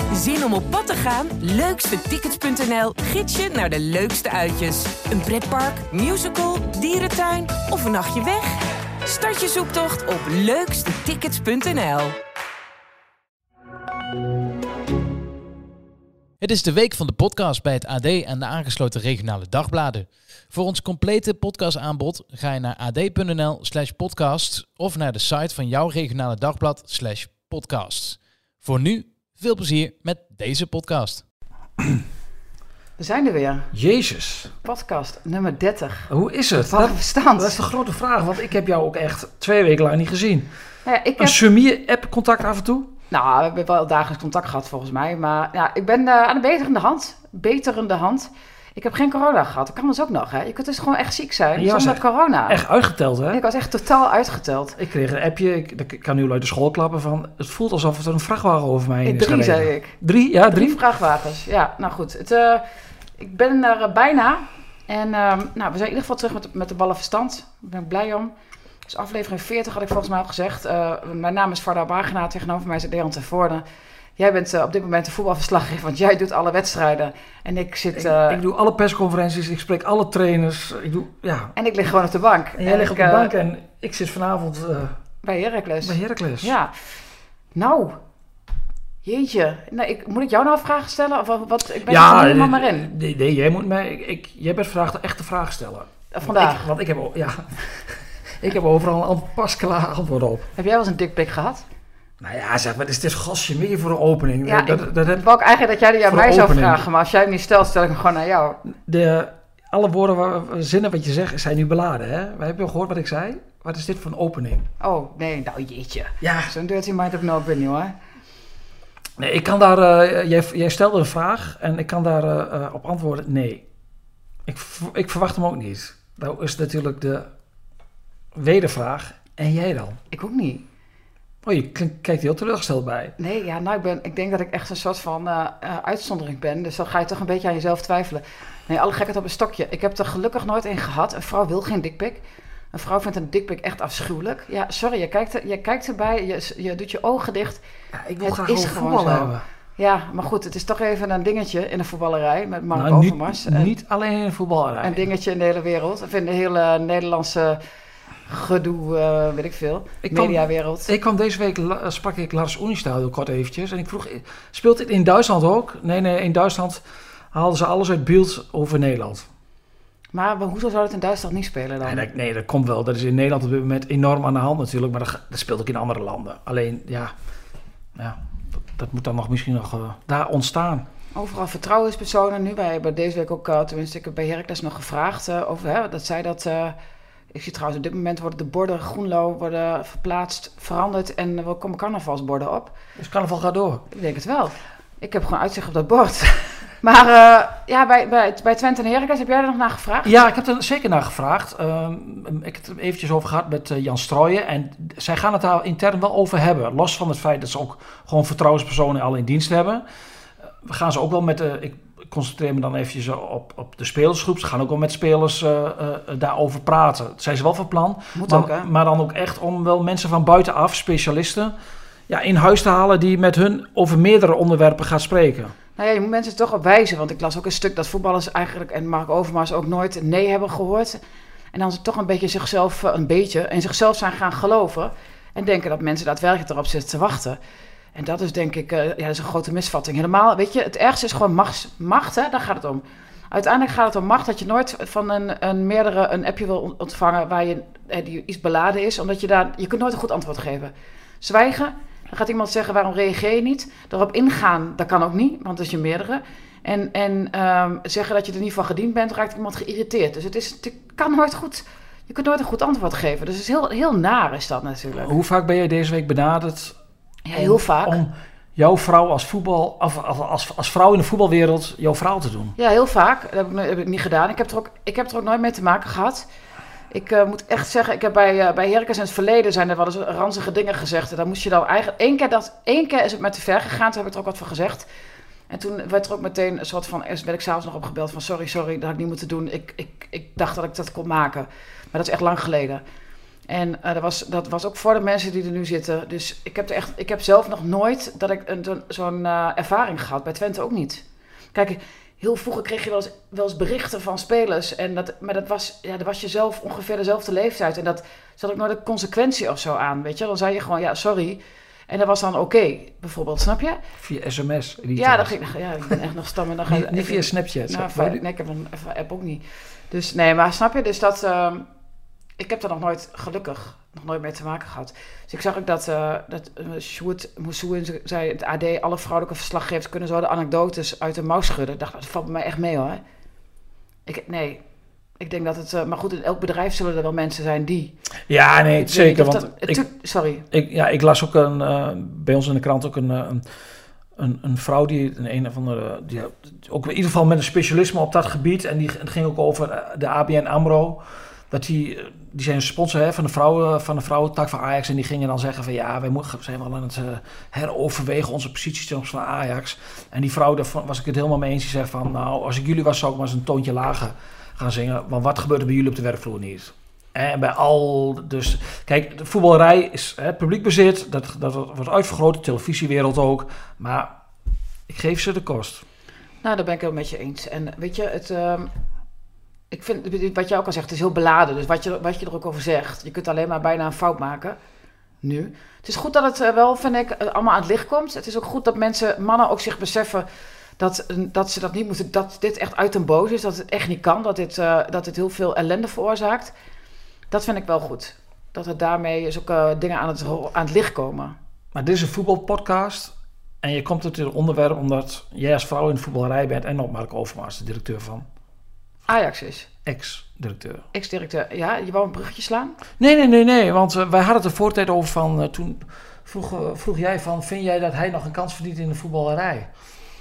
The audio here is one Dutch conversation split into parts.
Zin om op pad te gaan? Leukstetickets.nl gids je naar de leukste uitjes. Een pretpark, musical, dierentuin of een nachtje weg? Start je zoektocht op leukstetickets.nl. Het is de week van de podcast bij het AD en de aangesloten regionale dagbladen. Voor ons complete podcastaanbod ga je naar ad.nl/podcast of naar de site van jouw regionale dagblad /podcasts. Voor nu, veel plezier met deze podcast. We zijn er weer. Jezus. Podcast nummer 30. Hoe is het? Wat een verstand. Dat is de grote vraag, want ik heb jou ook echt 2 weken lang niet gezien. Ja, ik Een semi-app contact af en toe? Nou, we hebben wel dagelijks contact gehad volgens mij. Maar ja, ik ben aan de beterende hand. Ik heb geen corona gehad. Dat kan dus ook nog. Hè. Je kunt dus gewoon echt ziek zijn zonder corona. Echt uitgeteld, hè? Ik was echt totaal uitgeteld. Ik kreeg een appje, ik kan nu uit de school klappen van... Het voelt alsof er een vrachtwagen over mij heen is 3, gereden. zei ik. 3? Ja, 3? 3 vrachtwagens. Ja, nou goed. Ik ben er bijna. En we zijn in ieder geval terug met de ballen verstand. Daar ben ik blij om. Dus aflevering 40 had ik volgens mij al gezegd. Mijn naam is Varda Bagena. Tegenover mij zit Leon ten Voorde. Jij bent op dit moment de voetbalverslaggever, want jij doet alle wedstrijden. En ik zit... Ik doe alle persconferenties, ik spreek alle trainers. En ik lig gewoon op de bank. En jij ligt op de bank en ik zit vanavond... bij Heracles. Ja. Nou, jeetje. Nee, moet ik jou nou vragen stellen? Of wat? Ik ben er helemaal maar in. Nee, jij moet mij... Jij bent vandaag de echte vraag stellen. Vandaag? Want ik heb... ik heb overal een pasklaar antwoord op. Heb jij wel eens een dickpic gehad? Nou ja, zeg maar, het is gastje meer voor een opening. Ja, ik wou ook eigenlijk dat jij die aan mij zou vragen, maar als jij hem niet stelt, stel ik hem gewoon aan jou. Alle zinnen wat je zegt, zijn nu beladen, hè? Heb je al gehoord wat ik zei? Wat is dit voor een opening? Oh, nee, nou jeetje. Ja. Zo'n dirty mind heb ik nou ook weer niet, hoor. Nee, ik kan daar... jij stelde een vraag en ik kan daar op antwoorden, nee. Ik verwacht hem ook niet. Nou is natuurlijk de wedervraag, en jij dan? Ik ook niet. Oh, je kijkt heel teleurgesteld bij. Nee, ja, nou, ik denk dat ik echt een soort van uitzondering ben. Dus dan ga je toch een beetje aan jezelf twijfelen. Nee, alle gekheid op een stokje. Ik heb er gelukkig nooit een gehad. Een vrouw wil geen dikpik. Een vrouw vindt een dikpik echt afschuwelijk. Ja, sorry, je kijkt erbij, je doet je ogen dicht. Ja, ik wil graag over voetbal hebben. Ja, maar goed, het is toch even een dingetje in de voetballerij met Mark Overmars. Niet alleen in de voetballerij. Een dingetje in de hele wereld. Of in de hele Nederlandse... gedoe, weet ik veel, mediawereld. Ik kwam deze week, sprak ik Lars Oenistal heel kort eventjes. En ik vroeg, speelt dit in Duitsland ook? Nee, in Duitsland haalden ze alles uit beeld over Nederland. Maar hoezo zou het in Duitsland niet spelen dan? Nee, dat komt wel. Dat is in Nederland op dit moment enorm aan de hand natuurlijk. Maar dat speelt ook in andere landen. Alleen, dat moet dan misschien nog daar ontstaan. Overal vertrouwenspersonen nu. Wij hebben deze week ook, tenminste ik heb bij Heracles nog gevraagd over, dat zij dat... Ik zie trouwens op dit moment worden de borden Groenlo worden verplaatst, veranderd en er komen carnavalsborden op. Dus carnaval gaat door? Ik denk het wel. Ik heb gewoon uitzicht op dat bord. Maar bij Twente en Heracles, heb jij er nog naar gevraagd? Ja, ik heb er zeker naar gevraagd. Ik heb het er eventjes over gehad met Jan Strooijen. En zij gaan het daar intern wel over hebben. Los van het feit dat ze ook gewoon vertrouwenspersonen al in dienst hebben. We gaan ze ook wel met... Ik concentreer me dan eventjes op de spelersgroep. Ze gaan ook wel met spelers daarover praten. Dat zijn ze wel van plan. Maar dan ook echt om wel mensen van buitenaf, specialisten, in huis te halen die met hun over meerdere onderwerpen gaan spreken. Nou ja, je moet mensen toch op wijzen. Want ik las ook een stuk dat voetballers eigenlijk, en Mark Overmars ook nooit nee hebben gehoord. En dan ze toch een beetje in zichzelf zijn gaan geloven. En denken dat mensen daadwerkelijk erop zitten te wachten. En dat is denk ik, dat is een grote misvatting. Helemaal, weet je, het ergste is gewoon macht, hè, daar gaat het om. Uiteindelijk gaat het om macht, dat je nooit van een appje wil ontvangen waar die iets beladen is, omdat je kunt nooit een goed antwoord geven. Zwijgen, dan gaat iemand zeggen, waarom reageer je niet? Erop ingaan, dat kan ook niet, want het is je meerdere. En zeggen dat je er niet van gediend bent, raakt iemand geïrriteerd. Dus het kan nooit goed, je kunt nooit een goed antwoord geven. Dus het is heel naar is dat natuurlijk. Hoe vaak ben jij deze week benaderd? Ja, heel vaak. Om jouw vrouw als vrouw in de voetbalwereld jouw verhaal te doen? Ja, heel vaak. Dat heb ik niet gedaan. Ik heb er ook nooit mee te maken gehad. Ik moet echt zeggen, ik heb bij Heracles in het verleden zijn er wel eens ranzige dingen gezegd. En dan moest je dan eigenlijk... Eén keer is het me te ver gegaan, toen heb ik er ook wat van gezegd. En toen werd er ook meteen een soort van... Eerst werd ik s'avonds nog opgebeld van sorry, dat had ik niet moeten doen. Ik dacht dat ik dat kon maken. Maar dat is echt lang geleden. En dat was ook voor de mensen die er nu zitten. Dus ik heb zelf nog nooit dat ik zo'n ervaring gehad. Bij Twente ook niet. Kijk, heel vroeger kreeg je wel eens berichten van spelers. Maar dat was je zelf ongeveer dezelfde leeftijd. En dat zat ook nooit een consequentie of zo aan, weet je. Dan zei je gewoon, ja, sorry. En dat was dan oké, bijvoorbeeld, snap je? Via sms. Ja, ik ben echt nog stam. Niet via Snapchat. Nee, ik heb een app ook niet. Dus nee, maar snap je? Dus dat... ik heb daar nog nooit mee te maken gehad. Dus ik zag ook dat Sjoerd Moussou zei... het AD, alle vrouwelijke verslaggevers kunnen zo de anekdotes uit de mouw schudden. Ik dacht, dat valt bij mij echt mee, hoor. Ik denk dat het... maar goed, in elk bedrijf zullen er wel mensen zijn die... Ja, nee, zeker. Sorry. Ik las ook bij ons in de krant ook een vrouw die ook in ieder geval met een specialisme op dat gebied. En het ging ook over de ABN AMRO. Dat die zijn sponsor van de vrouwentak van Ajax. En die gingen dan zeggen van ja, wij zijn wel aan het heroverwegen onze posities ten opzichte van Ajax. En die vrouw, daar was ik het helemaal mee eens. Die zei van nou, als ik jullie was, zou ik maar eens een toontje lager gaan zingen. Want wat gebeurt er bij jullie op de werkvloer niet? En bij dus kijk, de voetballerij is publiek bezit. Dat wordt uitvergroot, de televisiewereld ook. Maar ik geef ze de kost. Nou, daar ben ik het met je eens. En weet je, ik vind, wat jij ook al zegt, het is heel beladen. Dus wat je er ook over zegt, je kunt alleen maar bijna een fout maken. Nu. Het is goed dat het wel, vind ik, allemaal aan het licht komt. Het is ook goed dat mannen ook zich beseffen dat ze dat niet moeten, dat dit echt uit den boos is, dat het echt niet kan, dat dit heel veel ellende veroorzaakt. Dat vind ik wel goed. Dat er daarmee dus ook dingen aan het licht komen. Maar dit is een voetbalpodcast en je komt op dit onderwerp omdat jij als vrouw in de voetballerij bent en ook Mark Overmars, de directeur van Ajax is. Ex-directeur. Ja, je wou een bruggetje slaan? Nee, want wij hadden het er voor tijd over van, toen vroeg jij van, vind jij dat hij nog een kans verdient in de voetballerij?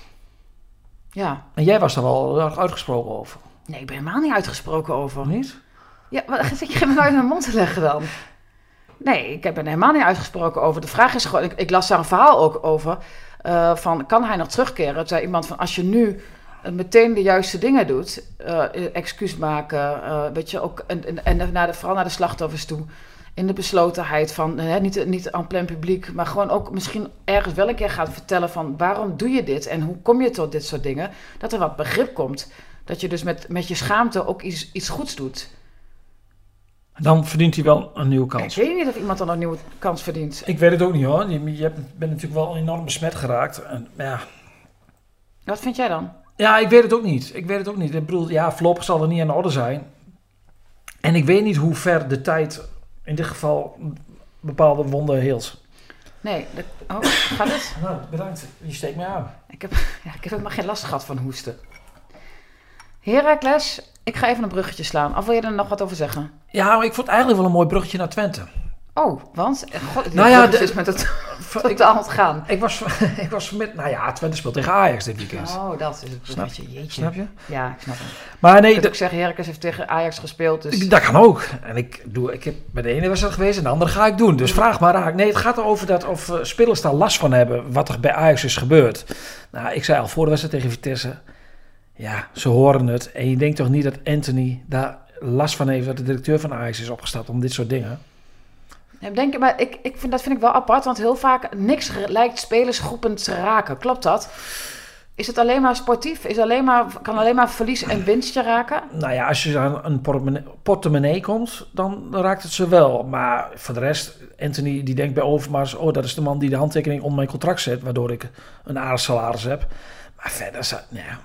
Ja. En jij was daar wel erg uitgesproken over. Nee, ik ben helemaal niet uitgesproken over. Niet? Ja, wat zit je me nou in mijn mond te leggen dan? Nee, ik ben er helemaal niet uitgesproken over. De vraag is gewoon, ik las daar een verhaal ook over, van kan hij nog terugkeren? Het zei iemand van, als je nu meteen de juiste dingen doet, excuus maken, weet je, ook en vooral naar de slachtoffers toe, in de beslotenheid van, niet aan plein publiek, maar gewoon ook misschien ergens wel een keer gaat vertellen van, waarom doe je dit en hoe kom je tot dit soort dingen, dat er wat begrip komt, dat je dus met je schaamte ook iets goeds doet. Dan verdient hij wel een nieuwe kans. Ik weet niet of iemand dan een nieuwe kans verdient. Ik weet het ook niet hoor, je bent natuurlijk wel enorm besmet geraakt. En, ja. Wat vind jij dan? Ja, ik weet het ook niet. Ik bedoel, ja, voorlopig zal er niet aan de orde zijn. En ik weet niet hoe ver de tijd in dit geval bepaalde wonden heelt. Nee, gaat het? Nou, bedankt. Je steekt mij aan. Ik heb helemaal geen last gehad van hoesten. Heracles, ik ga even een bruggetje slaan. Of wil je er nog wat over zeggen? Ja, maar ik vond eigenlijk wel een mooi bruggetje naar Twente. Oh, want? God, nou ja, is met het aan het gaan. Ik was met, nou ja, Twente speelt tegen Ajax dit weekend. Oh, dat is het bruggetje. Jeetje. Snap je? Ja, ik snap het. Maar nee, ik zeg, Heracles heeft tegen Ajax gespeeld. Dus... Dat kan ook. En ik heb bij de ene wedstrijd geweest en de andere ga ik doen. Dus vraag maar raak. Nee, het gaat erover of spelers daar last van hebben wat er bij Ajax is gebeurd. Nou, ik zei al voor de wedstrijd tegen Vitesse, ja, ze horen het. En je denkt toch niet dat Anthony daar last van heeft dat de directeur van Ajax is opgestapt om dit soort dingen? Ja, maar dat vind ik wel apart, want heel vaak niks lijkt spelersgroepen te raken. Klopt dat? Is het alleen maar sportief? Kan alleen maar verlies en winst je raken? Nou ja, als je aan een portemonnee komt, dan raakt het ze wel. Maar voor de rest, Anthony die denkt bij Overmars, dat is de man die de handtekening onder mijn contract zet, waardoor ik een aardig salaris heb. Maar verder,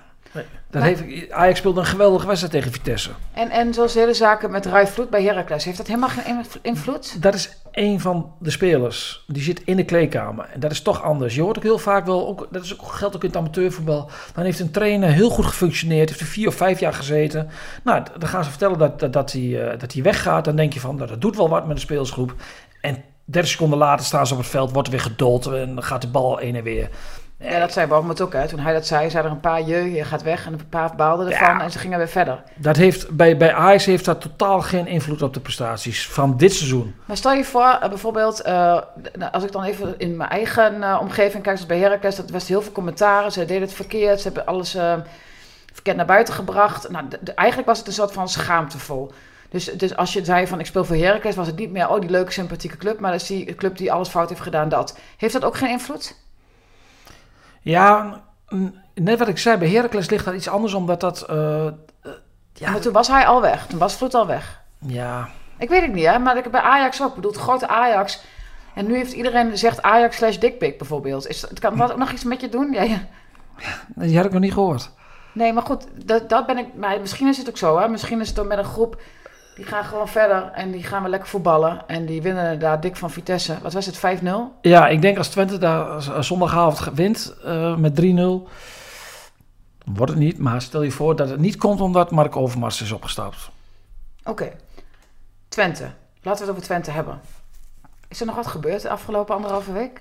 Ajax speelde een geweldige wedstrijd tegen Vitesse. En zoals de hele zaken met Rai Vloed bij Heracles, heeft dat helemaal geen invloed? Dat is één van de spelers. Die zit in de kleedkamer. En dat is toch anders. Je hoort ook heel vaak wel, geldt ook in het amateurvoetbal. Dan heeft een trainer heel goed gefunctioneerd. Heeft er 4 of 5 jaar gezeten. Nou, dan gaan ze vertellen dat hij weggaat. Dan denk je van, dat doet wel wat met de spelersgroep. En 30 seconden later staan ze op het veld, wordt er weer gedold. En dan gaat de bal heen en weer. Ja, dat zei Bournemouth ook. Hè. Toen hij dat zei er een paar je gaat weg. En een paar baalden ervan en ze gingen weer verder. Dat heeft, bij Ajax heeft dat totaal geen invloed op de prestaties van dit seizoen. Maar stel je voor, bijvoorbeeld, als ik dan even in mijn eigen omgeving kijk, zoals bij Heracles, dat was heel veel commentaren. Ze deden het verkeerd, ze hebben alles verkeerd naar buiten gebracht. Nou, eigenlijk was het een soort van schaamtevol. Dus als je zei van ik speel voor Heracles, was het niet meer die leuke sympathieke club, maar dat is die club die alles fout heeft gedaan. Heeft dat ook geen invloed? Ja, net wat ik zei, bij Heracles ligt dat iets anders, omdat dat... Maar toen was hij al weg. Toen was Vloed al weg. Ja. Ik weet het niet, hè, maar bij Ajax ook. Ik bedoel, het grote Ajax. En nu heeft iedereen zegt Ajax/Dickpick bijvoorbeeld. Kan dat ook nog iets met je doen? Ja. Die had ik nog niet gehoord. Nee, maar goed, dat ben ik... Maar misschien is het ook zo, hè. Misschien is het dan met een groep... Die gaan gewoon verder en die gaan we lekker voetballen. En die winnen daar dik van Vitesse. Wat was het, 5-0? Ja, ik denk als Twente daar zondagavond wint met 3-0... wordt het niet. Maar stel je voor dat het niet komt omdat Mark Overmars is opgestapt. Oké. Twente. Laten we het over Twente hebben. Is er nog wat gebeurd de afgelopen 1,5 week?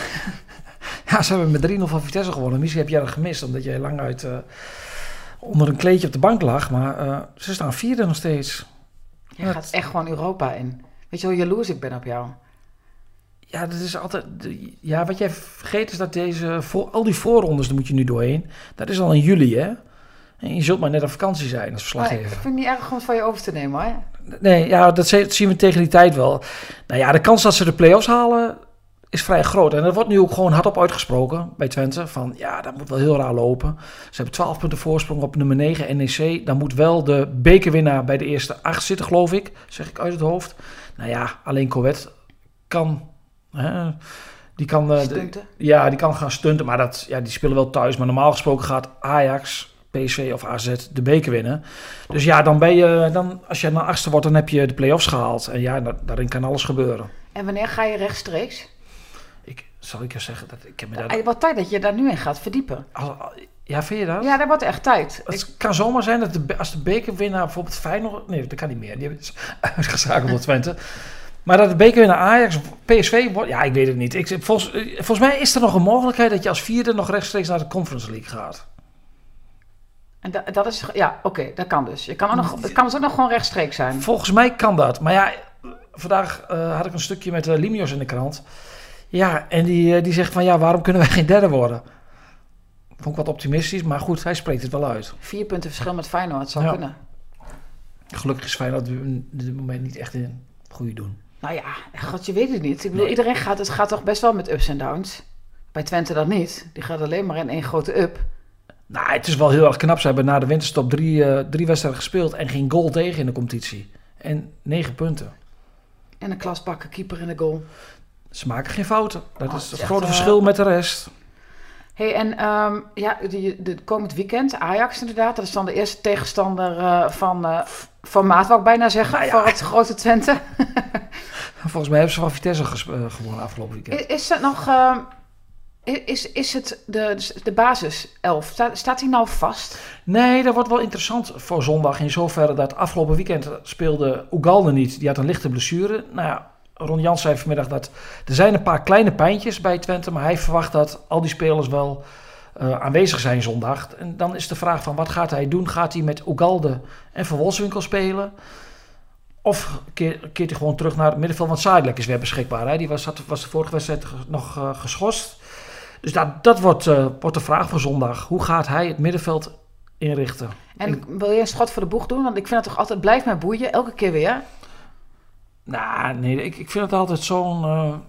Ja, ze hebben met 3-0 van Vitesse gewonnen. Misschien heb jij dat gemist, omdat jij lang uit onder een kleedje op de bank lag. Maar ze staan 4e nog steeds. Je gaat echt gewoon Europa in. Weet je hoe jaloers ik ben op jou? Ja, dat is altijd... Ja, wat jij vergeet is dat al die voorrondes, daar moet je nu doorheen. Dat is al in juli, hè? En je zult maar net op vakantie zijn als verslaggever. Ik vind het niet erg om het van je over te nemen, hoor. Nee, ja, dat zien we tegen die tijd wel. Nou ja, de kans dat ze de play-offs halen is vrij groot. En dat wordt nu ook gewoon hardop uitgesproken bij Twente. Van ja, dat moet wel heel raar lopen. Ze hebben 12 punten voorsprong op nummer 9 NEC. Dan moet wel de bekerwinnaar bij de eerste 8 zitten, geloof ik. Zeg ik uit het hoofd. Nou ja, alleen Coët kan... die kan stunten? Die kan gaan stunten. Maar die spelen wel thuis. Maar normaal gesproken gaat Ajax... PSV of AZ de beker winnen. Dus ja, dan ben je... als je naar 8e wordt, dan heb je de play-offs gehaald. En ja, daarin kan alles gebeuren. En wanneer ga je rechtstreeks? Zal ik je zeggen... ik heb me daar... Wat tijd dat je daar nu in gaat verdiepen. Ja, vind je dat? Ja, dat wordt echt tijd. Het kan zomaar zijn dat als de bekerwinnaar bijvoorbeeld Feyenoord... Nee, dat kan niet meer. Die hebben uitgeschakeld door Twente. Maar dat de bekerwinnaar Ajax, PSV wordt... Ja, ik weet het niet. Volgens mij is er nog een mogelijkheid dat je als 4e nog rechtstreeks naar de Conference League gaat. En dat is... Ja, oké, dat kan dus. Het kan dus ook nog gewoon rechtstreeks zijn. Volgens mij kan dat. Maar ja, vandaag had ik een stukje met Limios in de krant. Ja, en die zegt van ja, waarom kunnen wij geen derde worden? Vond ik wat optimistisch, maar goed, hij spreekt het wel uit. 4 punten verschil met Feyenoord, zou kunnen. Gelukkig is Feyenoord op dit moment niet echt in goede doen. Nou ja, god, je weet het niet. Ik bedoel, iedereen gaat toch best wel met ups en downs. Bij Twente dat niet. Die gaat alleen maar in één grote up. Nou, het is wel heel erg knap. Ze hebben na de winterstop 3 wedstrijden gespeeld en geen goal tegen in de competitie. En 9 punten. En een klasbakken keeper in de goal. Ze maken geen fouten. Dat is het grote verschil met de rest. Hey, en komend weekend, Ajax inderdaad. Dat is dan de eerste tegenstander van maat, wou ik bijna zeggen, voor het grote Twente. Volgens mij hebben ze van Vitesse gewonnen afgelopen weekend. Is het nog... Is het de basiself? Staat die nou vast? Nee, dat wordt wel interessant voor zondag. In zoverre dat afgelopen weekend speelde Ugalde niet. Die had een lichte blessure. Nou ja, Ron Jans zei vanmiddag dat er zijn een paar kleine pijntjes bij Twente. Maar hij verwacht dat al die spelers wel aanwezig zijn zondag. En dan is de vraag van wat gaat hij doen? Gaat hij met Ugalde en Van Wolfswinkel spelen? Of keert hij gewoon terug naar het middenveld? Want Sadilek is weer beschikbaar. Hè? Die was de vorige wedstrijd nog geschorst. Dus dat wordt de vraag voor zondag. Hoe gaat hij het middenveld inrichten? En wil je een schot voor de boeg doen? Want ik vind het toch altijd, blijft mij boeien, elke keer weer. Nou, nee, ik vind het altijd zo'n...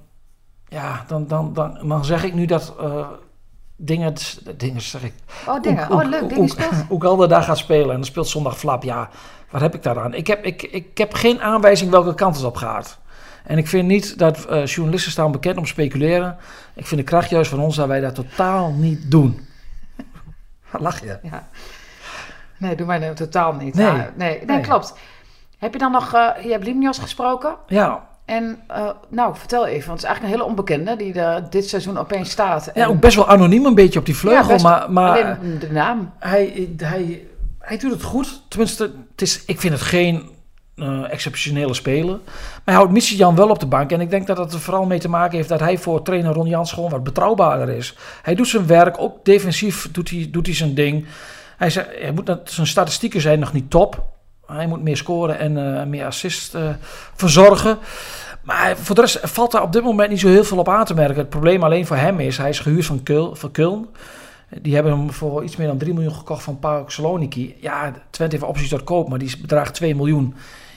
dan zeg ik nu dat dingen zeg ik... Oh, dingen. Leuk. Dingen speelt. Ugalde daar gaat spelen en dan speelt zondag Flap. Ja, wat heb ik daaraan? Ik heb geen aanwijzing welke kant het op gaat. En ik vind niet dat journalisten staan bekend om speculeren. Ik vind de kracht juist van ons dat wij dat totaal niet doen. Wat lach je? Ja. Nee, doen wij totaal niet. Nee, klopt. Heb je dan nog... je hebt Limnios gesproken. Ja. En vertel even. Want het is eigenlijk een hele onbekende die dit seizoen opeens staat. Ja, ook best wel anoniem een beetje op die vleugel. Ja, maar alleen de naam. Hij doet het goed. Tenminste, ik vind het geen... exceptionele speler. Maar hij houdt Michijan wel op de bank. En ik denk dat het er vooral mee te maken heeft dat hij voor trainer Ron Jans gewoon wat betrouwbaarder is. Hij doet zijn werk. Ook defensief doet hij zijn ding. Zijn statistieken zijn nog niet top. Hij moet meer scoren en meer assist verzorgen. Maar voor de rest valt daar op dit moment niet zo heel veel op aan te merken. Het probleem alleen voor hem is, hij is gehuurd van Köln. Die hebben hem voor iets meer dan 3 miljoen gekocht van PAOK Saloniki. Ja, Twente heeft opties tot koop, maar die bedraagt 2 miljoen.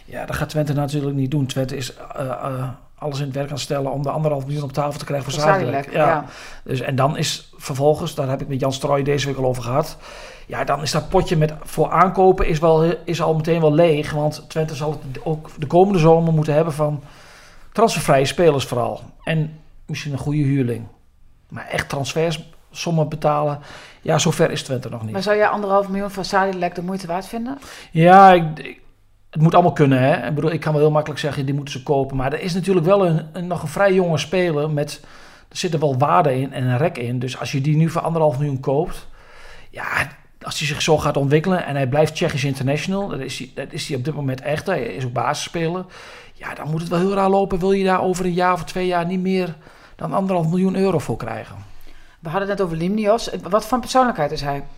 Ja, dat gaat Twente natuurlijk niet doen. Twente is alles in het werk aan het stellen om de 1,5 miljoen op tafel te krijgen voor Zadelijk. Ja. Dus, en dan is vervolgens, daar heb ik met Jan Strooij deze week al over gehad. Ja, dan is dat potje voor aankopen is al meteen wel leeg. Want Twente zal het ook de komende zomer moeten hebben van transfervrije spelers vooral. En misschien een goede huurling. Maar echt transfersommen betalen, ja, zover is Twente nog niet. Maar zou jij 1,5 miljoen van Zadelijk de moeite waard vinden? Ja, het moet allemaal kunnen, hè. Ik bedoel, ik kan wel heel makkelijk zeggen, die moeten ze kopen. Maar er is natuurlijk wel nog een vrij jonge speler met... Er zit er wel waarde in en een rek in. Dus als je die nu voor 1,5 miljoen koopt... Ja, als hij zich zo gaat ontwikkelen en hij blijft Tsjechisch international... Dat is hij op dit moment echt. Hij is ook basisspeler. Ja, dan moet het wel heel raar lopen. Wil je daar over een jaar of 2 jaar niet meer dan 1,5 miljoen euro voor krijgen? We hadden het net over Limnios. Wat voor persoonlijkheid is hij?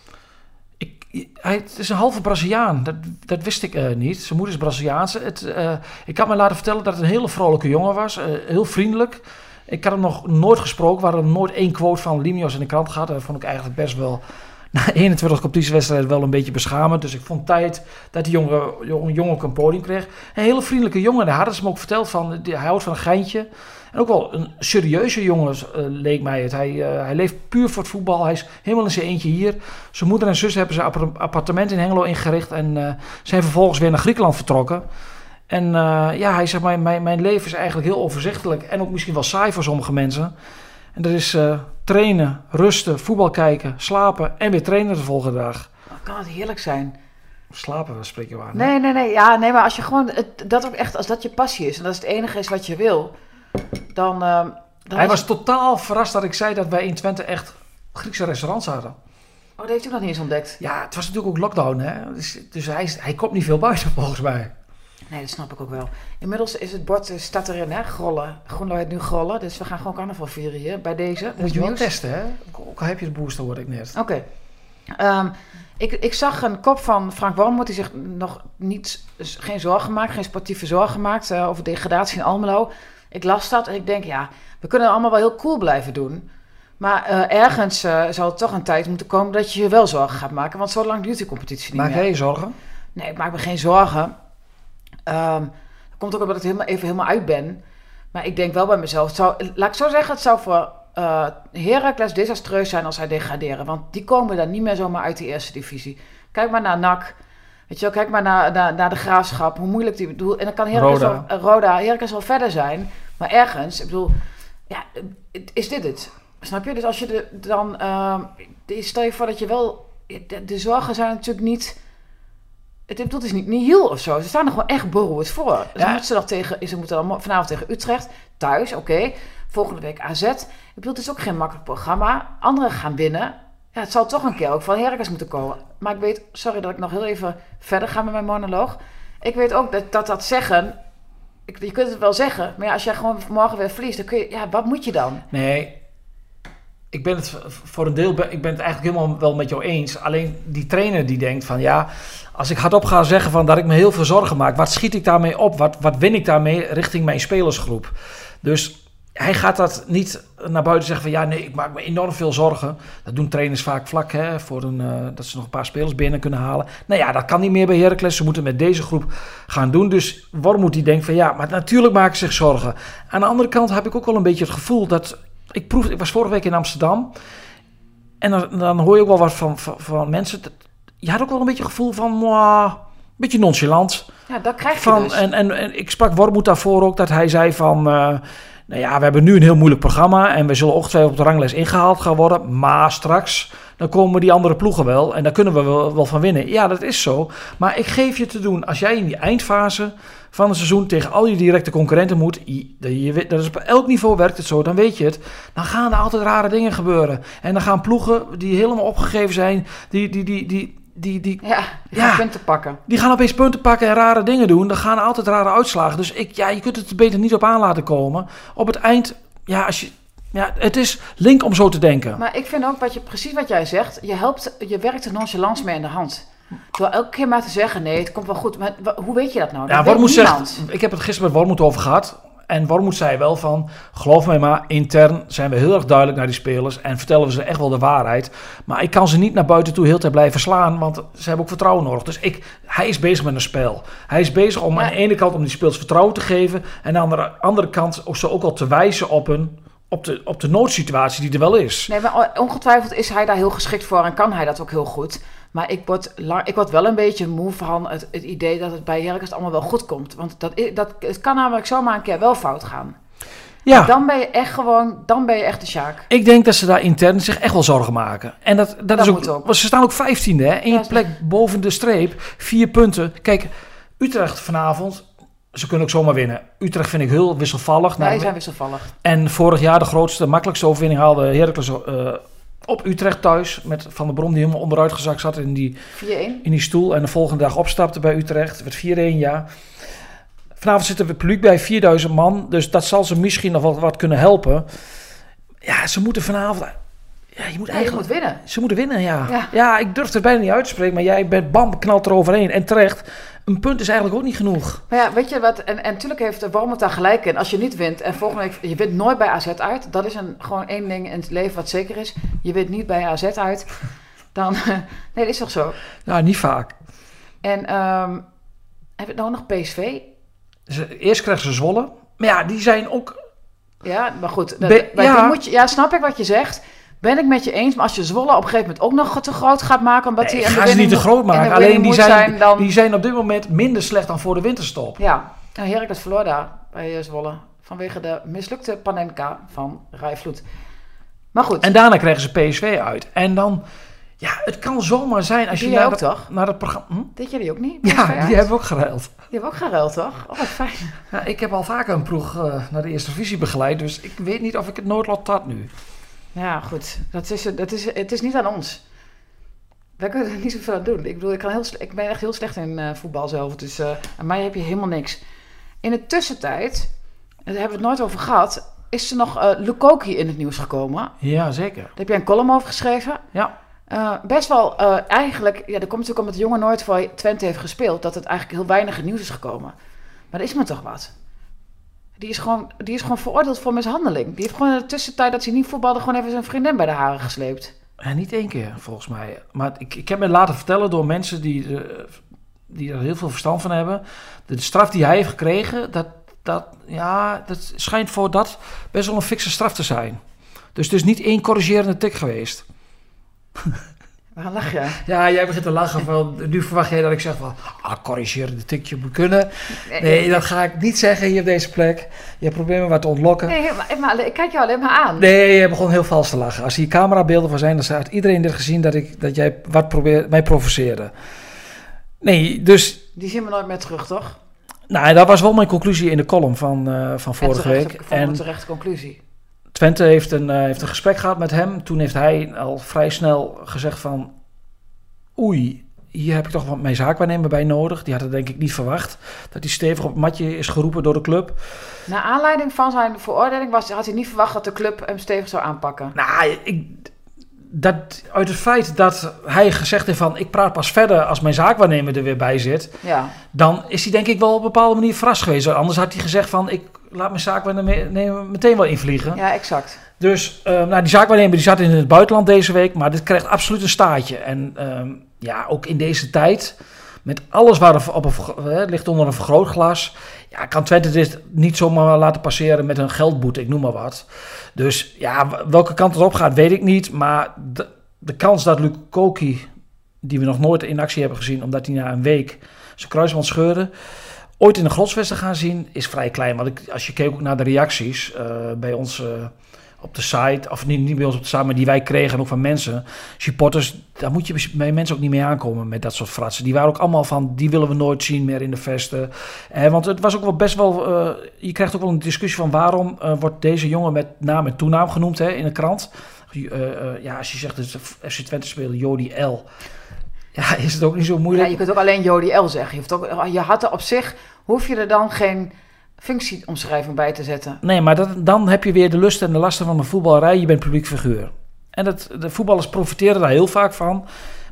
Het is een halve Braziliaan. Dat wist ik niet. Zijn moeder is Braziliaanse. Ik had me laten vertellen dat het een hele vrolijke jongen was. Heel vriendelijk. Ik had hem nog nooit gesproken. We hadden nooit 1 quote van Limnios in de krant gehad. Dat vond ik eigenlijk best wel... Na 21 competitiewedstrijden wel een beetje beschamend. Dus ik vond tijd dat die jongen ook een podium kreeg. Een hele vriendelijke jongen. Daar hadden ze me ook verteld van. Hij houdt van een geintje. En ook wel een serieuze jongen leek mij het. Hij leeft puur voor het voetbal. Hij is helemaal in zijn eentje hier. Zijn moeder en zus hebben ze een appartement in Hengelo ingericht. En zijn vervolgens weer naar Griekenland vertrokken. En hij zegt, mijn leven is eigenlijk heel overzichtelijk. En ook misschien wel saai voor sommige mensen. En dat is trainen, rusten, voetbal kijken, slapen en weer trainen de volgende dag. Kan het heerlijk zijn. Slapen, spreek je aan. Nee. Ja, nee, maar als je gewoon... dat ook echt, als dat je passie is en dat is het enige is wat je wil... Dan hij was totaal verrast dat ik zei dat wij in Twente echt Griekse restaurants hadden. Oh, dat heeft u nog niet eens ontdekt? Ja, het was natuurlijk ook lockdown, hè. Dus hij komt niet veel buiten volgens mij. Nee, dat snap ik ook wel. Inmiddels is het bord, staat erin, hè, Grollen. Groenlo heet nu Grollen, dus we gaan gewoon carnaval vieren hier bij deze. Moet je wel testen, hè. Ook al heb je de booster, hoorde ik net. Oké. Ik zag een kop van Frank Wormoed die zich nog geen zorgen maakt, geen sportieve zorgen maakt over degradatie in Almelo. Ik las dat en ik denk, ja, we kunnen allemaal wel heel cool blijven doen. Maar ergens zal het toch een tijd moeten komen dat je je wel zorgen gaat maken. Want zo lang duurt die competitie niet meer. Maak jij je zorgen? Nee, ik maak me geen zorgen. Dat komt ook omdat ik helemaal uit ben. Maar ik denk wel bij mezelf, laat ik zo zeggen, het zou voor Heracles desastreus zijn als zij degraderen. Want die komen dan niet meer zomaar uit de eerste divisie. Kijk maar naar NAC. Weet je wel, kijk maar naar de Graafschap, hoe moeilijk die bedoel. En dan kan Heracles wel verder zijn. Maar ergens, ik bedoel, ja, is dit het? Snap je? Dus als je dan stel je voor dat je wel, de zorgen zijn natuurlijk niet, het is niet nihil of zo. Ze staan er gewoon echt beroerd voor. Dus dan ze moeten dan vanavond tegen Utrecht, thuis, oké. Volgende week AZ. Ik bedoel, het is ook geen makkelijk programma. Anderen gaan winnen. Ja, het zal toch een keer ook van Heracles moeten komen. Maar ik weet, sorry dat ik nog heel even verder ga met mijn monoloog. Ik weet ook dat zeggen, je kunt het wel zeggen, maar ja, als jij gewoon morgen weer verliest, dan kun je, ja, wat moet je dan? Nee, ik ben het voor een deel, ik ben het eigenlijk helemaal wel met jou eens. Alleen die trainer die denkt van, ja, als ik hardop ga zeggen van dat ik me heel veel zorgen maak, wat schiet ik daarmee op? Wat win ik daarmee richting mijn spelersgroep? Dus hij gaat dat niet naar buiten zeggen van, ja, nee, ik maak me enorm veel zorgen. Dat doen trainers vaak vlak, hè, dat ze nog een paar spelers binnen kunnen halen. Nou ja, dat kan niet meer bij Heracles. Ze moeten met deze groep gaan doen. Dus Wormoed die denkt van, ja, maar natuurlijk maken ze zich zorgen. Aan de andere kant heb ik ook wel een beetje het gevoel dat, ik was vorige week in Amsterdam. En dan hoor je ook wel wat van mensen. Je had ook wel een beetje het gevoel van, een beetje nonchalant. Ja, dat krijg je dus. En ik sprak Wormoed daarvoor ook, dat hij zei van, nou ja, we hebben nu een heel moeilijk programma en we zullen ongetwijfeld op de ranglijst ingehaald gaan worden. Maar straks, dan komen die andere ploegen wel en daar kunnen we wel van winnen. Ja, dat is zo. Maar ik geef je te doen, als jij in die eindfase van het seizoen tegen al je directe concurrenten moet, dat is op elk niveau werkt het zo, dan weet je het. Dan gaan er altijd rare dingen gebeuren. En dan gaan ploegen die helemaal opgegeven zijn, die gaan punten pakken. Die gaan opeens punten pakken en rare dingen doen. Dan gaan er altijd rare uitslagen. Dus je kunt het er beter niet op aan laten komen. Op het eind, het is link om zo te denken. Maar ik vind ook, precies wat jij zegt, je werkt er nonchalance mee in de hand. Door elke keer maar te zeggen, nee, het komt wel goed. Maar hoe weet je dat nou? Ja, Wormoed zegt, ik heb het gisteren met Wormoed over gehad. En Wormoed zei wel van, geloof mij maar, intern zijn we heel erg duidelijk naar die spelers en vertellen we ze echt wel de waarheid. Maar ik kan ze niet naar buiten toe heel de tijd blijven slaan, want ze hebben ook vertrouwen nodig. Dus hij is bezig met een spel. Hij is bezig om aan de ene kant om die spelers vertrouwen te geven en aan de andere kant ook al te wijzen op de noodsituatie die er wel is. Nee, maar ongetwijfeld is hij daar heel geschikt voor en kan hij dat ook heel goed. Maar ik word wel een beetje moe van het idee dat het bij Heracles allemaal wel goed komt. Want het kan namelijk zomaar een keer wel fout gaan. Ja. Dan ben je echt de Sjaak. Ik denk dat ze daar intern zich echt wel zorgen maken. En dat is ook. Want ze staan ook 15e, hè? 1 plek boven de streep. 4 punten. Kijk, Utrecht vanavond. Ze kunnen ook zomaar winnen. Utrecht vind ik heel wisselvallig. Ja, die zijn wisselvallig. En vorig jaar de makkelijkste overwinning haalde Heracles op Utrecht thuis. Met Van der Brom die helemaal onderuit gezakt zat in die stoel. En de volgende dag opstapte bij Utrecht. Het werd 4-1, ja. Vanavond zitten we publiek bij 4000 man. Dus dat zal ze misschien nog wat kunnen helpen. Ja, ze moeten vanavond... Ja, je moet winnen. Ze moeten winnen, ja. Ja, ik durf het bijna niet uit te spreken. Maar jij bent knalt eroverheen. En terecht, een punt is eigenlijk ook niet genoeg. Maar ja, weet je wat? En natuurlijk heeft Wormoed daar gelijk in. Als je niet wint en volgende week... Je wint nooit bij AZ uit. Dat is gewoon één ding in het leven wat zeker is. Je wint niet bij AZ uit. Dan... Nee, dat is toch zo? Nou, niet vaak. En heb je nou nog PSV? Eerst krijgen ze Zwolle. Maar ja, die zijn ook... Ja, maar goed. Snap ik wat je zegt. Ben ik met je eens. Maar als je Zwolle op een gegeven moment ook nog te groot gaat maken... Omdat die gaan ze niet te groot maken. Alleen die zijn op dit moment minder slecht dan voor de winterstop. Ja, en Heracles verloor daar bij Zwolle. Vanwege de mislukte Panenka van Rijvloed. Maar goed. En daarna krijgen ze PSV uit. En dan... Ja, het kan zomaar zijn als je naar het programma... Deed jij die ook niet? Ja, die hebben we ook geruild. Die hebben ook geruild, toch? Oh, wat fijn. Ja, ik heb al vaker een ploeg naar de eerste divisie begeleid, dus ik weet niet of ik het noodlot had nu. Ja, goed. Het is niet aan ons. Wij kunnen er niet zoveel aan doen. Ik bedoel, ik ben echt heel slecht in voetbal zelf, dus aan mij heb je helemaal niks. In de tussentijd, daar hebben we het nooit over gehad, is er nog Lukoki in het nieuws gekomen. Ja, zeker. Daar heb jij een column over geschreven. Ja. Best wel eigenlijk, ja, dat komt natuurlijk omdat de jongen nooit voor Twente heeft gespeeld, dat het eigenlijk heel weinig in nieuws is gekomen. Maar dat is maar toch wat. Die is gewoon veroordeeld voor mishandeling. Die heeft gewoon in de tussentijd dat hij niet voetbalde gewoon even zijn vriendin bij de haren gesleept. Ja, niet één keer volgens mij. Maar ik heb me laten vertellen door mensen die er heel veel verstand van hebben. De straf die hij heeft gekregen, dat schijnt voor dat best wel een fikse straf te zijn. Dus het is niet één corrigerende tik geweest. Waar lach je? Ja, jij begint te lachen. Van, nu verwacht jij dat ik zeg van... corrigerende tikje moet kunnen. Nee, dat ga ik niet zeggen hier op deze plek. Je probeert me wat te ontlokken. Nee, maar ik kijk jou alleen maar aan. Nee, je begon heel vals te lachen. Als hier camerabeelden van zijn, dan had iedereen dit gezien dat jij wat probeert mij provoceren. Nee, dus... Die zien we nooit meer terug, toch? Nou, dat was wel mijn conclusie in de column van vorige week. En terechte conclusie. Twente heeft een gesprek gehad met hem. Toen heeft hij al vrij snel gezegd van... Oei, hier heb ik toch wat mijn zaakwaarnemer bij nodig. Die had het denk ik niet verwacht. Dat hij stevig op het matje is geroepen door de club. Naar aanleiding van zijn veroordeling had hij niet verwacht dat de club hem stevig zou aanpakken. Nou, uit het feit dat hij gezegd heeft van... ik praat pas verder als mijn zaakwaarnemer er weer bij zit... Ja. Dan is hij denk ik wel op een bepaalde manier verrast geweest. Anders had hij gezegd van... ik laat mijn zaakwaarnemer meteen wel invliegen. Ja, exact. Dus die zaakwaarnemer die zat in het buitenland deze week... maar dit krijgt absoluut een staartje. En ook in deze tijd... met alles waar ligt onder een vergrootglas... ja, kan Twente dit niet zomaar laten passeren met een geldboete, ik noem maar wat. Dus ja, welke kant het op gaat, weet ik niet. Maar de kans dat Lukoki, die we nog nooit in actie hebben gezien... omdat hij na een week zijn kruisband scheurde... ooit in een grotswedstrijd gaan zien, is vrij klein. Want als je keek ook naar de reacties bij ons... op de site, of niet bij ons op de site, maar die wij kregen en ook van mensen, supporters, daar moet je bij mensen ook niet mee aankomen met dat soort fratsen. Die waren ook allemaal van, die willen we nooit zien meer in de vesten. Want het was ook wel best wel, je krijgt ook wel een discussie van waarom wordt deze jongen met naam en toenaam genoemd in de krant. Als je zegt dat FC Twente speler Jody L. Ja, is het ook niet zo moeilijk. Ja, je kunt ook alleen Jody L zeggen. Je had er op zich, hoef je er dan geen functieomschrijving bij te zetten. Nee, maar dan heb je weer de lust en de lasten van de voetballerij. Je bent publiek figuur. En de voetballers profiteren daar heel vaak van.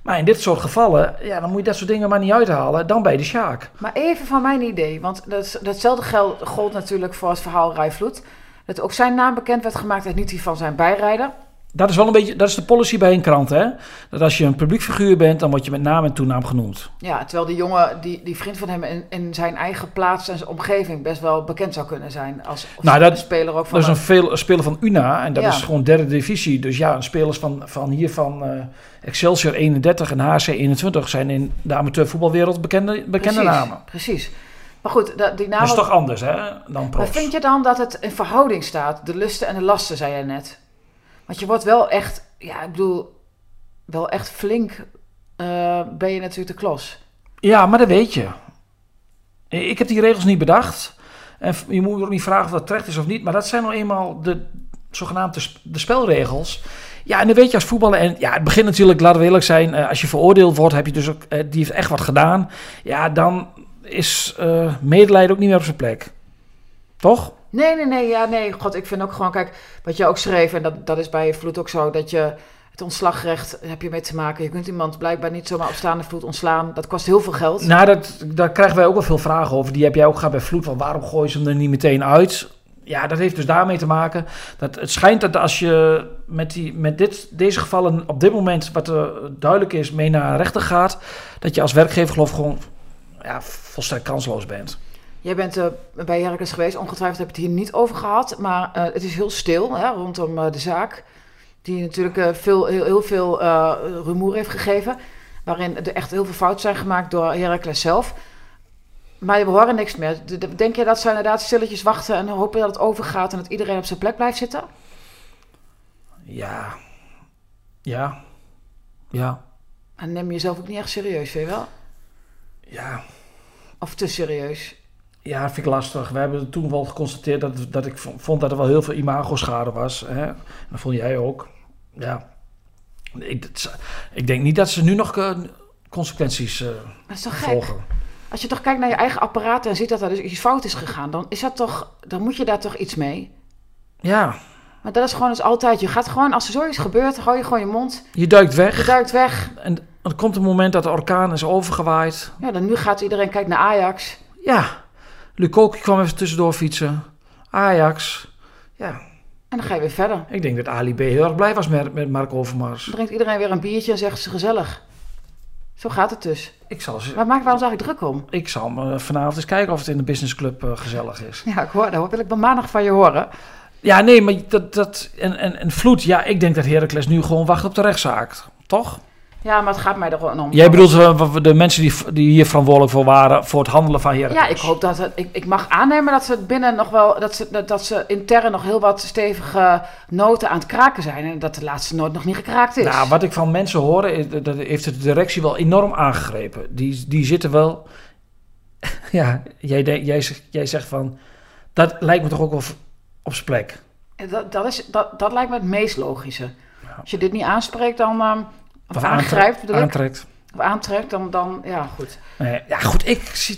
Maar in dit soort gevallen, ja, dan moet je dat soort dingen maar niet uithalen. Dan bij de Sjaak. Maar even van mijn idee, want datzelfde gold natuurlijk voor het verhaal Rijvloed. Dat ook zijn naam bekend werd gemaakt en niet die van zijn bijrijder. Dat is wel een beetje, dat is de policy bij een krant, hè? Dat als je een publiek figuur bent, dan word je met naam en toenaam genoemd. Ja, terwijl die jongen, die vriend van hem in zijn eigen plaats en zijn omgeving best wel bekend zou kunnen zijn. Als een speler ook van... Dat is een speler van UNA en dat is gewoon derde divisie. Dus ja, spelers van Excelsior 31 en HC 21 zijn in de amateurvoetbalwereld bekende namen. Precies. Maar goed, die namen... Dat is toch anders, hè, dan profs. Maar vind je dan dat het in verhouding staat, de lusten en de lasten, zei jij net? Want je wordt wel echt, wel echt flink ben je natuurlijk de klos. Ja, maar dat weet je. Ik heb die regels niet bedacht. En je moet ook niet vragen of dat terecht is of niet. Maar dat zijn nou eenmaal de zogenaamde de spelregels. Ja, en dan weet je als voetballer. En ja, het begint natuurlijk, laten we eerlijk zijn. Als je veroordeeld wordt, heb je dus ook, die heeft echt wat gedaan. Ja, dan is medelijden ook niet meer op zijn plek. Toch? Nee. God, ik vind ook gewoon, kijk, wat je ook schreef, en dat is bij Vloed ook zo, dat je het ontslagrecht heb je mee te maken. Je kunt iemand blijkbaar niet zomaar op staande voet ontslaan. Dat kost heel veel geld. Nou, daar krijgen wij ook wel veel vragen over. Die heb jij ook gehad bij Vloed, van waarom gooi je ze hem er niet meteen uit? Ja, dat heeft dus daarmee te maken. Dat het schijnt dat als je met deze gevallen op dit moment, wat duidelijk is, mee naar een rechter gaat, dat je als werkgever geloof gewoon volstrekt kansloos bent. Jij bent bij Heracles geweest, ongetwijfeld heb je het hier niet over gehad, maar het is heel stil rondom de zaak, die natuurlijk heel veel rumoer heeft gegeven, waarin er echt heel veel fouten zijn gemaakt door Heracles zelf. Maar we horen niks meer. Denk je dat ze inderdaad stilletjes wachten en hopen dat het overgaat en dat iedereen op zijn plek blijft zitten? Ja. En neem je jezelf ook niet echt serieus, vind je wel? Ja. Of te serieus? Ja, dat vind ik lastig. We hebben toen wel geconstateerd dat ik vond dat er wel heel veel imago-schade was. Hè? En dat vond jij ook. Ja. Ik denk niet dat ze nu nog consequenties volgen. Gek? Als je toch kijkt naar je eigen apparaat en ziet dat er dus iets fout is gegaan, dan moet je daar toch iets mee? Ja. Maar dat is gewoon dus altijd. Je gaat gewoon, als er zoiets gebeurt, hou je gewoon je mond. Je duikt weg. En er komt een moment dat de orkaan is overgewaaid. Ja, dan nu gaat iedereen kijken naar Ajax. Ja. Lukoki kwam even tussendoor fietsen. Ajax. Ja. En dan ga je weer verder. Ik denk dat Ali B. heel erg blij was met Mark Overmars. Dan drinkt iedereen weer een biertje en zegt ze gezellig. Zo gaat het dus. Maar maak waarom eigenlijk druk om? Ik zal vanavond eens kijken of het in de businessclub gezellig is. Ja, ik hoor, dat wil ik maandag van je horen. Ja, nee, maar en Vloed, ja, ik denk dat Heracles nu gewoon wacht op de rechtszaak. Toch? Ja, maar het gaat mij er gewoon om. Jij bedoelt de mensen die hier verantwoordelijk voor waren voor het handelen van Heracles? Ja, ik hoop dat ik mag aannemen dat ze binnen nog wel, dat ze intern nog heel wat stevige noten aan het kraken zijn. En dat de laatste noot nog niet gekraakt is. Nou, wat ik van mensen hoor, dat heeft de directie wel enorm aangegrepen. Die zitten wel... Ja, jij zegt van... Dat lijkt me toch ook wel op zijn plek. Dat lijkt me het meest logische. Ja. Als je dit niet aanspreekt, dan... Of aantrekt. Of aantrekt, dan ja, goed. Nee, ja, goed,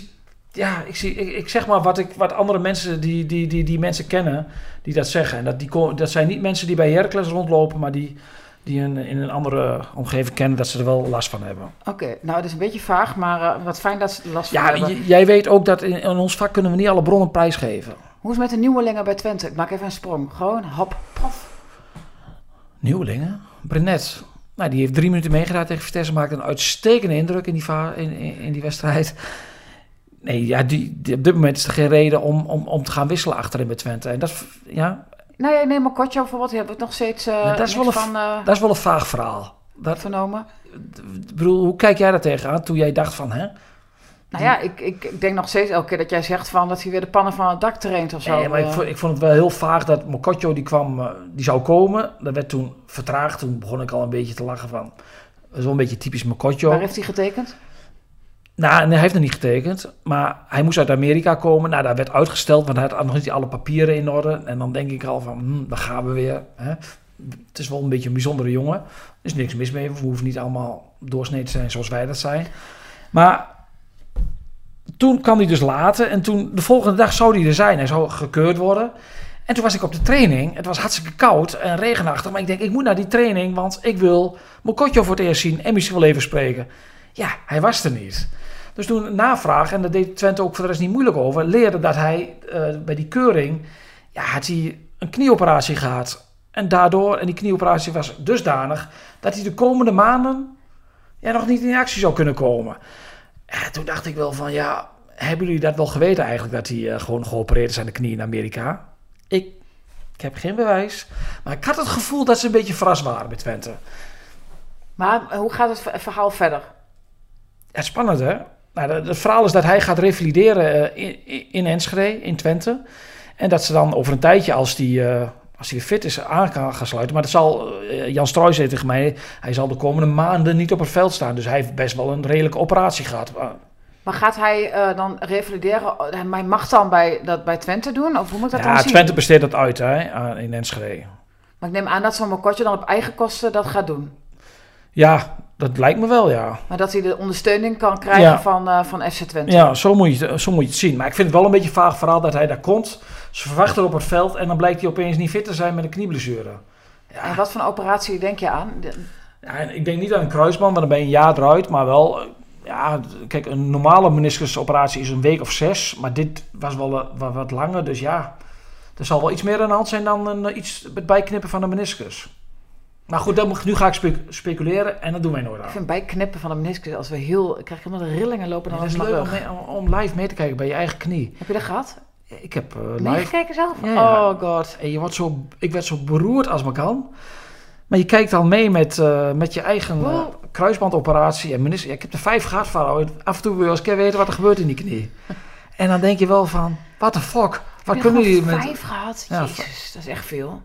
ik zeg maar wat andere mensen die mensen kennen, die dat zeggen. En dat zijn niet mensen die bij Heracles rondlopen, maar die in een andere omgeving kennen, dat ze er wel last van hebben. Oké, nou, het is een beetje vaag, maar wat fijn dat ze er last van hebben. Ja, jij weet ook dat in ons vak kunnen we niet alle bronnen prijsgeven. Hoe is het met de nieuwelingen bij Twente? Ik maak even een sprong. Gewoon hop, pof. Nieuwelingen? Brenet. Nou, die heeft 3 minuten meegedaan tegen Vitesse. Maakt een uitstekende indruk in die wedstrijd. Nee, ja, op dit moment is er geen reden om te gaan wisselen achterin bij Twente. En dat, ja... Nee, maar Kotjo bijvoorbeeld, hebben we het nog steeds dat is wel een vaag verhaal. Dat vernomen. Ik bedoel, hoe kijk jij daar tegenaan toen jij dacht van... Nou ja, ik denk nog steeds elke keer dat jij zegt van dat hij weer de pannen van het dak traint of zo. Nee, maar ik vond het wel heel vaag dat Mokotjo die zou komen. Dat werd toen vertraagd. Toen begon ik al een beetje te lachen van... Dat is wel een beetje typisch Mokotjo. Waar heeft hij getekend? Nou, nee, hij heeft nog niet getekend. Maar hij moest uit Amerika komen. Nou, dat werd uitgesteld, want hij had nog niet alle papieren in orde. En dan denk ik al van, daar gaan we weer. Hè? Het is wel een beetje een bijzondere jongen. Er is niks mis mee. We hoeven niet allemaal doorsnee te zijn zoals wij dat zijn. Maar... Toen kwam hij dus later en toen de volgende dag zou hij er zijn. Hij zou gekeurd worden. En toen was ik op de training. Het was hartstikke koud en regenachtig. Maar ik denk, ik moet naar die training, want ik wil Mokotjo voor het eerst zien en misschien wel even spreken. Ja, hij was er niet. Dus toen een navraag, en daar deed Twente ook voor de rest niet moeilijk over, leerde dat hij bij die keuring, had hij een knieoperatie gehad. En die knieoperatie was dusdanig dat hij de komende maanden nog niet in actie zou kunnen komen. En toen dacht ik wel van, hebben jullie dat wel geweten eigenlijk, dat hij gewoon geopereerd is aan de knie in Amerika? Ik heb geen bewijs, maar ik had het gevoel dat ze een beetje verrast waren bij Twente. Maar hoe gaat het verhaal verder? Ja, spannend hè? Nou, het verhaal is dat hij gaat revalideren in Enschede, in Twente. En dat ze dan over een tijdje, als hij weer fit is, aan gaan sluiten. Maar dat zal, Jan Strooij zei tegen mij, hij zal de komende maanden niet op het veld staan. Dus hij heeft best wel een redelijke operatie gehad. Maar gaat hij dan revalideren? Hij mag dan bij Twente doen? Of hoe moet dat dan zien? Ja, Twente besteedt dat uit in Enschede. Maar ik neem aan dat zo'n Mokotjo dan op eigen kosten dat gaat doen. Ja, dat lijkt me wel, ja. Maar dat hij de ondersteuning kan krijgen van FC Twente. Ja, zo moet je het zien. Maar ik vind het wel een beetje een vaag verhaal dat hij daar komt. Ze verwachten op het veld en dan blijkt hij opeens niet fit te zijn met een knieblessure. Ja. En wat voor operatie denk je aan? Ja, ik denk niet aan een kruisband, want dan ben je een jaar eruit. Maar wel, kijk, een normale meniscusoperatie is een week of 6. Maar dit was wel wat langer, dus ja. Er zal wel iets meer aan de hand zijn dan het bijknippen van de meniscus. Maar goed, nu ga ik speculeren en dat doen wij nooit aan. Ik vind bijknippen van de meniscus, als ik krijg helemaal de rillingen lopen dan dat is is leuk om live mee te kijken bij je eigen knie. Heb je dat gehad? Ik heb live... Meegekeken zelf? Ja. Oh god. En ik werd zo beroerd als maar kan. Maar je kijkt dan mee met je eigen kruisbandoperatie en meniscus. Ja, ik heb er 5 gehad van. Af en toe wil je eens weten wat er gebeurt in die knie. En dan denk je wel van, what the fuck? Wat kunnen jullie met... 5 gehad? Jezus, dat is echt veel.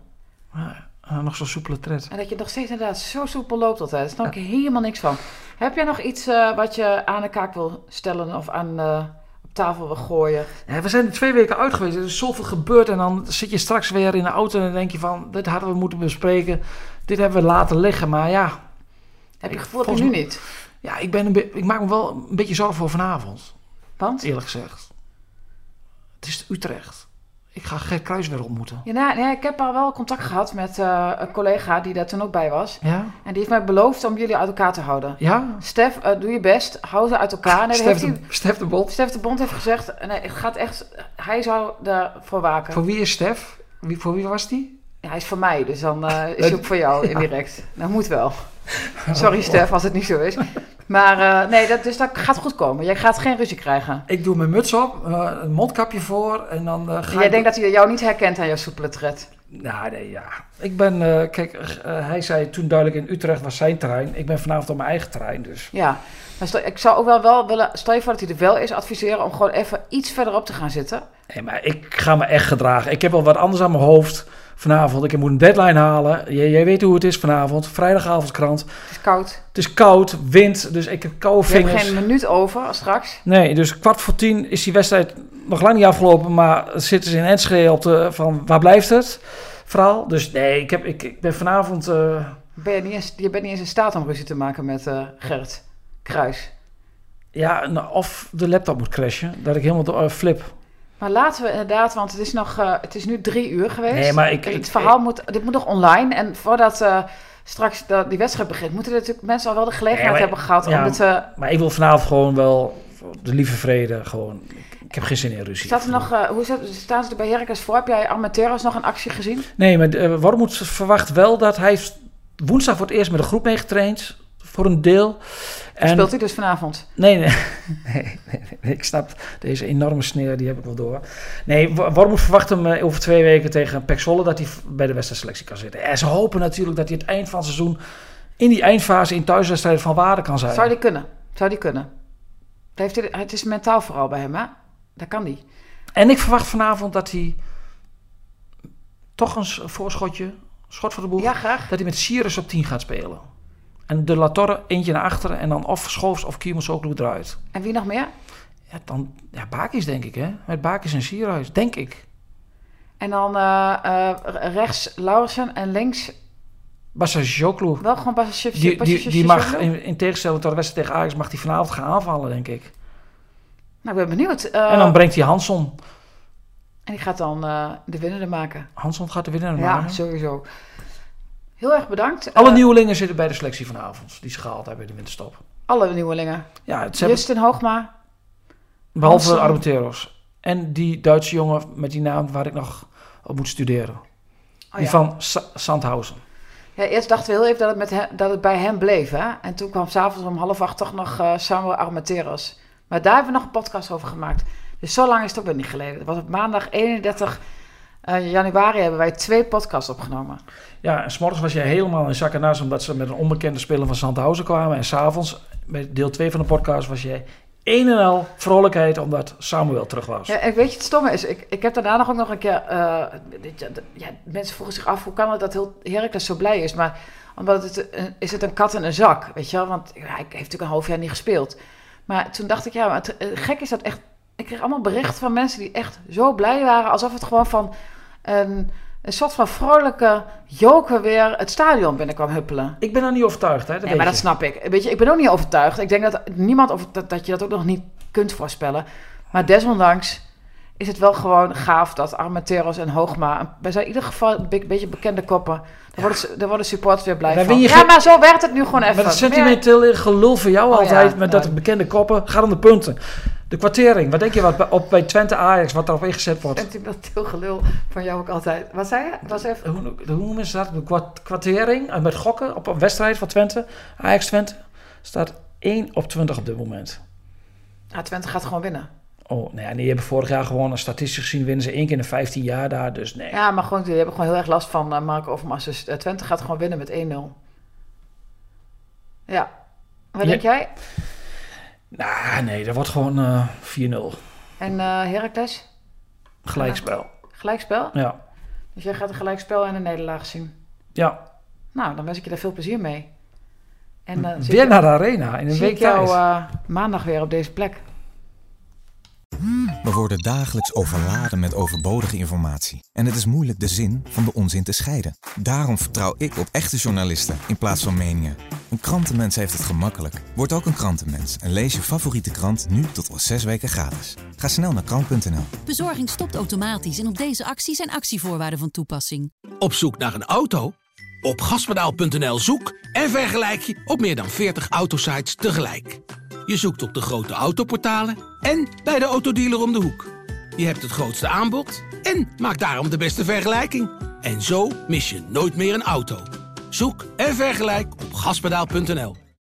Nog zo'n soepele tred. En dat je nog steeds inderdaad zo soepel loopt altijd. Daar snap ik helemaal niks van. Heb jij nog iets wat je aan de kaak wil stellen of op tafel wil gooien? Ja, we zijn er 2 weken uit geweest. Er is zoveel gebeurd en dan zit je straks weer in de auto en dan denk je van, dit hadden we moeten bespreken. Dit hebben we laten liggen, maar ja. Heb je gevoel dat je nu niet? Ja, ik maak me wel een beetje zorgen voor vanavond. Want? Eerlijk gezegd. Het is Utrecht. Ik ga Gert Kruijs weer ontmoeten. Ja, ik heb al wel contact gehad met een collega die daar toen ook bij was. Ja? En die heeft mij beloofd om jullie uit elkaar te houden. Ja? Stef, doe je best. Hou ze uit elkaar. Nee, Stef de Bond? Stef de Bond heeft gezegd, hij zou ervoor waken. Voor wie is Stef? Voor wie was die? Ja, hij is voor mij, dus dan is hij ook voor jou indirect. Dat moet wel. Sorry Stef, als het niet zo is. Maar dus dat gaat goed komen. Jij gaat geen ruzie krijgen. Ik doe mijn muts op, een mondkapje voor en dan ga Jij denkt dat hij jou niet herkent aan jouw soepele tred? Nou, nee, ja. Ik ben, hij zei toen duidelijk in Utrecht was zijn terrein. Ik ben vanavond op mijn eigen terrein, dus. Ja, maar ik zou ook wel willen, stel je voor dat hij er wel is, adviseren om gewoon even iets verderop te gaan zitten. Nee, maar ik ga me echt gedragen. Ik heb wel wat anders aan mijn hoofd vanavond. Ik moet een deadline halen. Jij weet hoe het is vanavond. Vrijdagavondkrant. Het is koud. Het is koud, wind, dus ik heb koude vingers. Je hebt geen minuut over straks. Nee, dus 9:45 is die wedstrijd nog lang niet afgelopen, maar zitten ze in Enschede op van waar blijft het verhaal. Dus nee, ik ben vanavond... Je bent niet eens in staat om ruzie te maken met Gert Kruijs. Ja, of de laptop moet crashen, dat ik helemaal flip. Maar laten we inderdaad, want het is nu 3 uur geweest. Nee, maar het verhaal dit moet nog online. En voordat straks die wedstrijd begint, moeten er natuurlijk mensen al wel de gelegenheid hebben gehad. Ja, om het, maar ik wil vanavond gewoon wel de lieve vrede. Gewoon, ik heb geen zin in ruzie. Staat er nog, staan ze er bij Heracles voor? Heb jij Armenteros nog een actie gezien? Nee, maar Wormoed verwacht wel dat hij woensdag voor het eerst met de groep meegetraind. Voor een deel. En speelt hij dus vanavond? Nee, ik snap deze enorme sneer, die heb ik wel door. Nee, Wormoed verwacht hem over 2 weken tegen PEC Zwolle dat hij bij de wedstrijdselectie kan zitten. En ze hopen natuurlijk dat hij het eind van het seizoen in die eindfase in thuiswedstrijden van waarde kan zijn. Zou die kunnen? Het is mentaal vooral bij hem, hè? Dat kan die. En ik verwacht vanavond dat hij toch een voorschotje, schot voor de boeg, ja, graag. dat hij met Sirius op 10 gaat spelen. En de La Torre eentje naar achteren en dan of Schoofs of Kiermans-Oklu eruit. En wie nog meer? Ja, Bakis denk ik, hè. Met Bakis en Sierhuis, denk ik. En dan rechts Lauwersen en links... Basashoglu. Wel gewoon Basashoglu. Die mag, in tegenstelling tot de wedstrijd tegen Ajax, mag hij vanavond gaan aanvallen, denk ik. Nou, ik ben benieuwd. En dan brengt hij Hansson. En die gaat dan de winnende maken. Hanson gaat de winnende maken? Ja, sowieso. Heel erg bedankt. Alle nieuwelingen zitten bij de selectie vanavond. Die ze gehaald hebben bij de winterstop. Alle nieuwelingen. Ja, Justin Hoogma. Behalve Hanson. Armenteros. En die Duitse jongen met die naam waar ik nog op moet studeren. Die van Sandhausen. Ja, eerst dachten we heel even dat het bij hem bleef. Hè? En toen kwam s'avonds om 7:30 toch nog Samuel Armenteros. Maar daar hebben we nog een podcast over gemaakt. Dus zo lang is het ook weer niet geleden. Dat was op maandag 31 januari hebben wij 2 podcasts opgenomen. Ja, en 's morgens was jij helemaal in zak en as omdat ze met een onbekende speler van Sandhausen kwamen. En s'avonds, bij deel 2 van de podcast, was jij een en al vrolijkheid omdat Samuel terug was. Ja, en weet je, het stomme is, ik heb daarna nog ook nog een keer... mensen vroegen zich af, hoe kan het dat Heracles zo blij is? Maar omdat is het een kat in een zak, weet je wel? Want hij heeft natuurlijk een half jaar niet gespeeld. Maar toen dacht ik, ja, maar gek is dat echt... Ik kreeg allemaal berichten van mensen die echt zo blij waren, alsof het gewoon van een soort van vrolijke joker weer het stadion binnenkwam huppelen. Ik ben er niet overtuigd, hè? Nee, maar dat snap ik. Weet je, ik ben ook niet overtuigd. Ik denk dat niemand dat je dat ook nog niet kunt voorspellen. Maar desondanks is het wel gewoon gaaf dat Armenteros en Hoogma, bij zijn in ieder geval een beetje bekende koppen, daar worden supporters weer blij van. Ja, maar zo werkt het nu gewoon even. Met het sentimenteel gelul voor jou altijd, met dat bekende koppen, gaat om de punten. De kwartering, wat denk je wat bij Twente Ajax, wat daarop ingezet wordt? Sentimenteel gelul van jou ook altijd. Wat zei je? Hoe noemen ze dat? De kwartering met gokken op een wedstrijd van Twente, Ajax Twente, staat 1/20 op dit moment. Ja, Twente gaat gewoon winnen. Oh, nee, die hebben vorig jaar gewoon statistisch gezien winnen ze 1 keer in de 15 jaar daar, dus nee. Ja, maar gewoon, die hebben gewoon heel erg last van Marco Overmars. Dus Twente gaat gewoon winnen met 1-0. Ja. Wat denk jij? Nou, nee, dat wordt gewoon 4-0. En Heracles? Gelijkspel. Gelijkspel? Ja. Dus jij gaat een gelijkspel en een nederlaag zien? Ja. Nou, dan wens ik je daar veel plezier mee. En, weer naar de arena in een week tijd. Zie ik jou maandag weer op deze plek. We worden dagelijks overladen met overbodige informatie. En het is moeilijk de zin van de onzin te scheiden. Daarom vertrouw ik op echte journalisten in plaats van meningen. Een krantenmens heeft het gemakkelijk. Word ook een krantenmens en lees je favoriete krant nu tot wel 6 weken gratis. Ga snel naar krant.nl. Bezorging stopt automatisch en op deze actie zijn actievoorwaarden van toepassing. Op zoek naar een auto? Op gaspedaal.nl zoek en vergelijk je op meer dan 40 autosites tegelijk. Je zoekt op de grote autoportalen en bij de autodealer om de hoek. Je hebt het grootste aanbod en maakt daarom de beste vergelijking. En zo mis je nooit meer een auto. Zoek en vergelijk op gaspedaal.nl.